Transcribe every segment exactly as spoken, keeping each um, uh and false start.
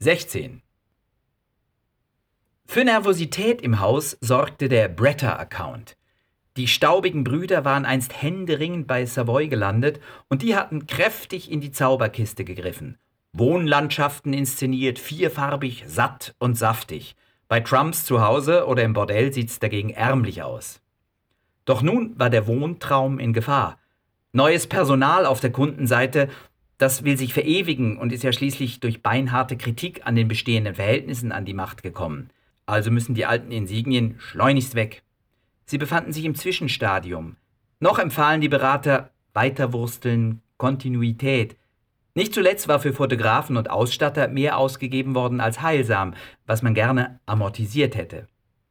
sechzehn. Für Nervosität im Haus sorgte der Bretter-Account. Die staubigen Brüder waren einst händeringend bei Savoy gelandet und die hatten kräftig in die Zauberkiste gegriffen. Wohnlandschaften inszeniert, vierfarbig, satt und saftig. Bei Trumps zu Hause oder im Bordell sieht's dagegen ärmlich aus. Doch nun war der Wohntraum in Gefahr. Neues Personal auf der Kundenseite, das will sich verewigen und ist ja schließlich durch beinharte Kritik an den bestehenden Verhältnissen an die Macht gekommen. Also müssen die alten Insignien schleunigst weg. Sie befanden sich im Zwischenstadium. Noch empfahlen die Berater Weiterwursteln, Kontinuität. Nicht zuletzt war für Fotografen und Ausstatter mehr ausgegeben worden als heilsam, was man gerne amortisiert hätte.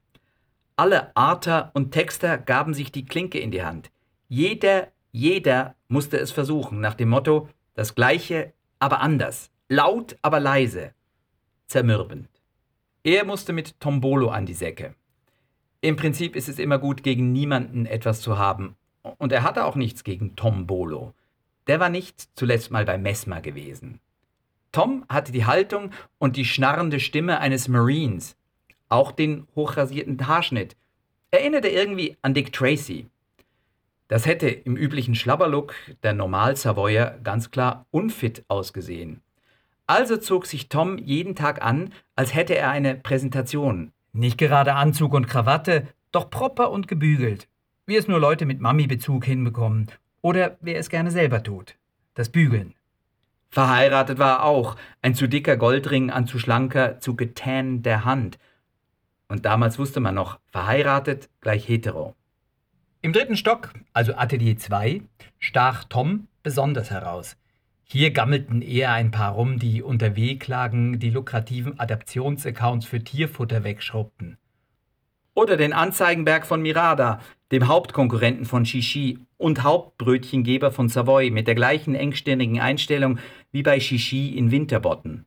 Alle Arter und Texter gaben sich die Klinke in die Hand. Jeder, jeder musste es versuchen, nach dem Motto, das Gleiche, aber anders, laut, aber leise, zermürbend. Er musste mit Tombolo an die Säcke. Im Prinzip ist es immer gut, gegen niemanden etwas zu haben. Und er hatte auch nichts gegen Tombolo. Der war nicht zuletzt mal bei Messmer gewesen. Tom hatte die Haltung und die schnarrende Stimme eines Marines. Auch den hochrasierten Haarschnitt. Erinnerte irgendwie an Dick Tracy. Das hätte im üblichen Schlabberlook der Normal-Savoyer ganz klar unfit ausgesehen. Also zog sich Tom jeden Tag an, als hätte er eine Präsentation. Nicht gerade Anzug und Krawatte, doch proper und gebügelt. Wie es nur Leute mit Mami-Bezug hinbekommen. Oder wer es gerne selber tut. Das Bügeln. Verheiratet war er auch. Ein zu dicker Goldring an zu schlanker, zu getan der Hand. Und damals wusste man noch, verheiratet gleich hetero. Im dritten Stock, also Atelier zwei, stach Tom besonders heraus. Hier gammelten eher ein paar rum, die unter Wehklagen die lukrativen Adaptionsaccounts für Tierfutter wegschrubbten. Oder den Anzeigenberg von Mirada, dem Hauptkonkurrenten von Shishi und Hauptbrötchengeber von Savoy mit der gleichen engstirnigen Einstellung wie bei Shishi in Winterbotten.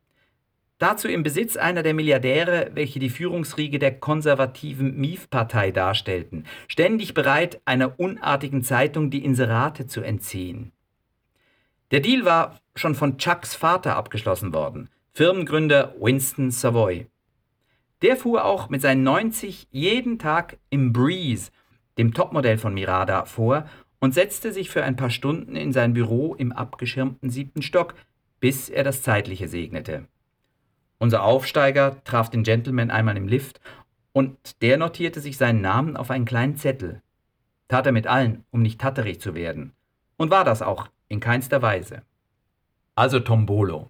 Dazu im Besitz einer der Milliardäre, welche die Führungsriege der konservativen M I F-Partei darstellten, ständig bereit, einer unartigen Zeitung die Inserate zu entziehen. Der Deal war schon von Chucks Vater abgeschlossen worden, Firmengründer Winston Savoy. Der fuhr auch mit seinen neunzig jeden Tag im Breeze, dem Topmodell von Mirada, vor und setzte sich für ein paar Stunden in sein Büro im abgeschirmten siebten Stock, bis er das Zeitliche segnete. Unser Aufsteiger traf den Gentleman einmal im Lift und der notierte sich seinen Namen auf einen kleinen Zettel. Tat er mit allen, um nicht tatterig zu werden. Und war das auch in keinster Weise. Also Tombolo.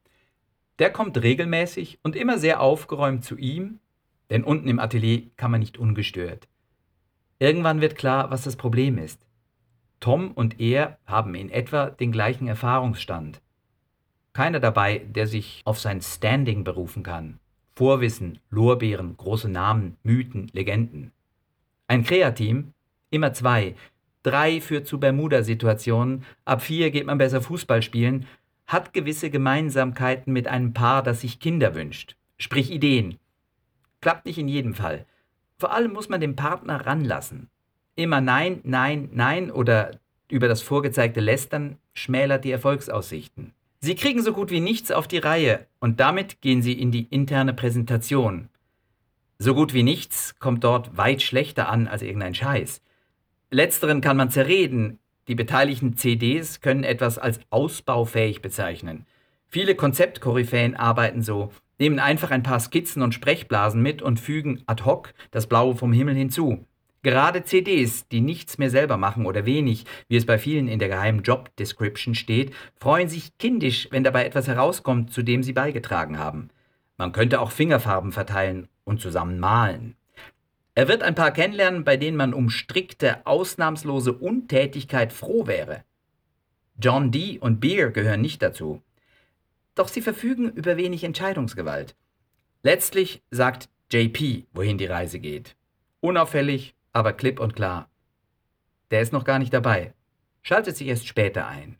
Der kommt regelmäßig und immer sehr aufgeräumt zu ihm, denn unten im Atelier kann man nicht ungestört. Irgendwann wird klar, was das Problem ist. Tom und er haben in etwa den gleichen Erfahrungsstand. Keiner dabei, der sich auf sein Standing berufen kann. Vorwissen, Lorbeeren, große Namen, Mythen, Legenden. Ein Kreateam, immer zwei, drei führt zu Bermuda-Situationen, ab vier geht man besser Fußball spielen, hat gewisse Gemeinsamkeiten mit einem Paar, das sich Kinder wünscht, sprich Ideen. Klappt nicht in jedem Fall. Vor allem muss man den Partner ranlassen. Immer Nein, Nein, Nein oder über das vorgezeigte Lästern schmälert die Erfolgsaussichten. Sie kriegen so gut wie nichts auf die Reihe und damit gehen sie in die interne Präsentation. So gut wie nichts kommt dort weit schlechter an als irgendein Scheiß. Letzteren kann man zerreden. Die beteiligten C Ds können etwas als ausbaufähig bezeichnen. Viele Konzeptkoryphäen arbeiten so, nehmen einfach ein paar Skizzen und Sprechblasen mit und fügen ad hoc das Blaue vom Himmel hinzu. Gerade C Ds, die nichts mehr selber machen oder wenig, wie es bei vielen in der geheimen Job Description steht, freuen sich kindisch, wenn dabei etwas herauskommt, zu dem sie beigetragen haben. Man könnte auch Fingerfarben verteilen und zusammen malen. Er wird ein paar kennenlernen, bei denen man um strikte, ausnahmslose Untätigkeit froh wäre. John Dee und Beer gehören nicht dazu. Doch sie verfügen über wenig Entscheidungsgewalt. Letztlich sagt J P, wohin die Reise geht. Unauffällig, aber klipp und klar. Der ist noch gar nicht dabei. Schaltet sich erst später ein.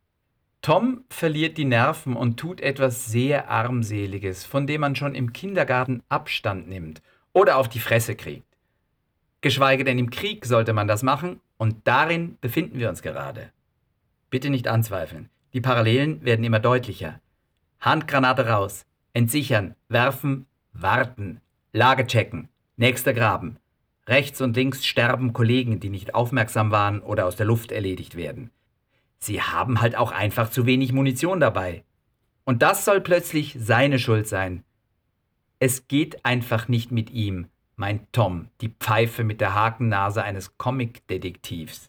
Tom verliert die Nerven und tut etwas sehr Armseliges, von dem man schon im Kindergarten Abstand nimmt oder auf die Fresse kriegt. Geschweige denn im Krieg sollte man das machen, und darin befinden wir uns gerade. Bitte nicht anzweifeln, die Parallelen werden immer deutlicher. Handgranate raus, Entsichern, werfen, warten, Lage checken, nächster Graben. Rechts und links sterben Kollegen, die nicht aufmerksam waren oder aus der Luft erledigt werden. Sie haben halt auch einfach zu wenig Munition dabei. Und das soll plötzlich seine Schuld sein. Es geht einfach nicht mit ihm, meint Tom, die Pfeife mit der Hakennase eines Comic-Detektivs.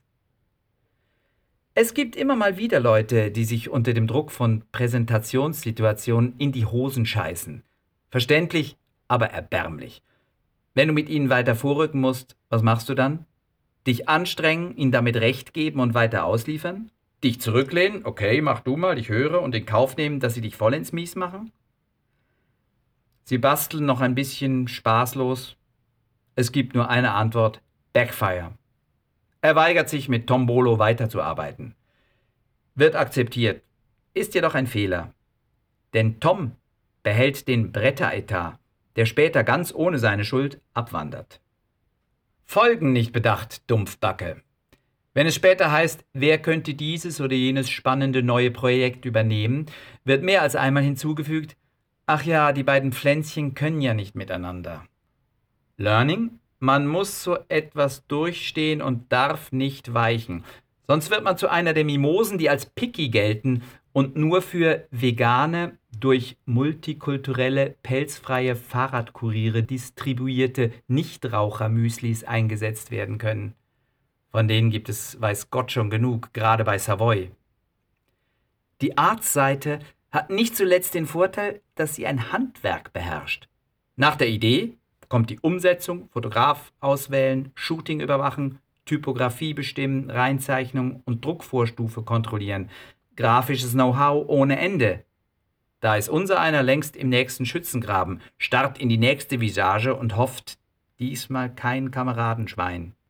Es gibt immer mal wieder Leute, die sich unter dem Druck von Präsentationssituationen in die Hosen scheißen. Verständlich, aber erbärmlich. Wenn du mit ihnen weiter vorrücken musst, was machst du dann? Dich anstrengen, ihnen damit Recht geben und weiter ausliefern? Dich zurücklehnen, okay, mach du mal, ich höre, und in Kauf nehmen, dass sie dich voll ins Mies machen? Sie basteln noch ein bisschen spaßlos. Es gibt nur eine Antwort: Backfire. Er weigert sich, mit Tombolo weiterzuarbeiten. Wird akzeptiert, ist jedoch ein Fehler. Denn Tom behält den Bretteretat, der später ganz ohne seine Schuld abwandert. Folgen nicht bedacht, Dumpfbacke. Wenn es später heißt, wer könnte dieses oder jenes spannende neue Projekt übernehmen, wird mehr als einmal hinzugefügt: Ach ja, die beiden Pflänzchen können ja nicht miteinander. Learning? Man muss so etwas durchstehen und darf nicht weichen. Sonst wird man zu einer der Mimosen, die als picky gelten und nur für vegane, durch multikulturelle, pelzfreie Fahrradkuriere distribuierte Nichtraucher-Müslis eingesetzt werden können. Von denen gibt es, weiß Gott, schon genug, gerade bei Savoy. Die Arts-Seite hat nicht zuletzt den Vorteil, dass sie ein Handwerk beherrscht. Nach der Idee kommt die Umsetzung: Fotograf auswählen, Shooting überwachen, Typografie bestimmen, Reinzeichnung und Druckvorstufe kontrollieren. Grafisches Know-how ohne Ende. Da ist unser einer längst im nächsten Schützengraben, starrt in die nächste Visage und hofft, diesmal kein Kameradenschwein.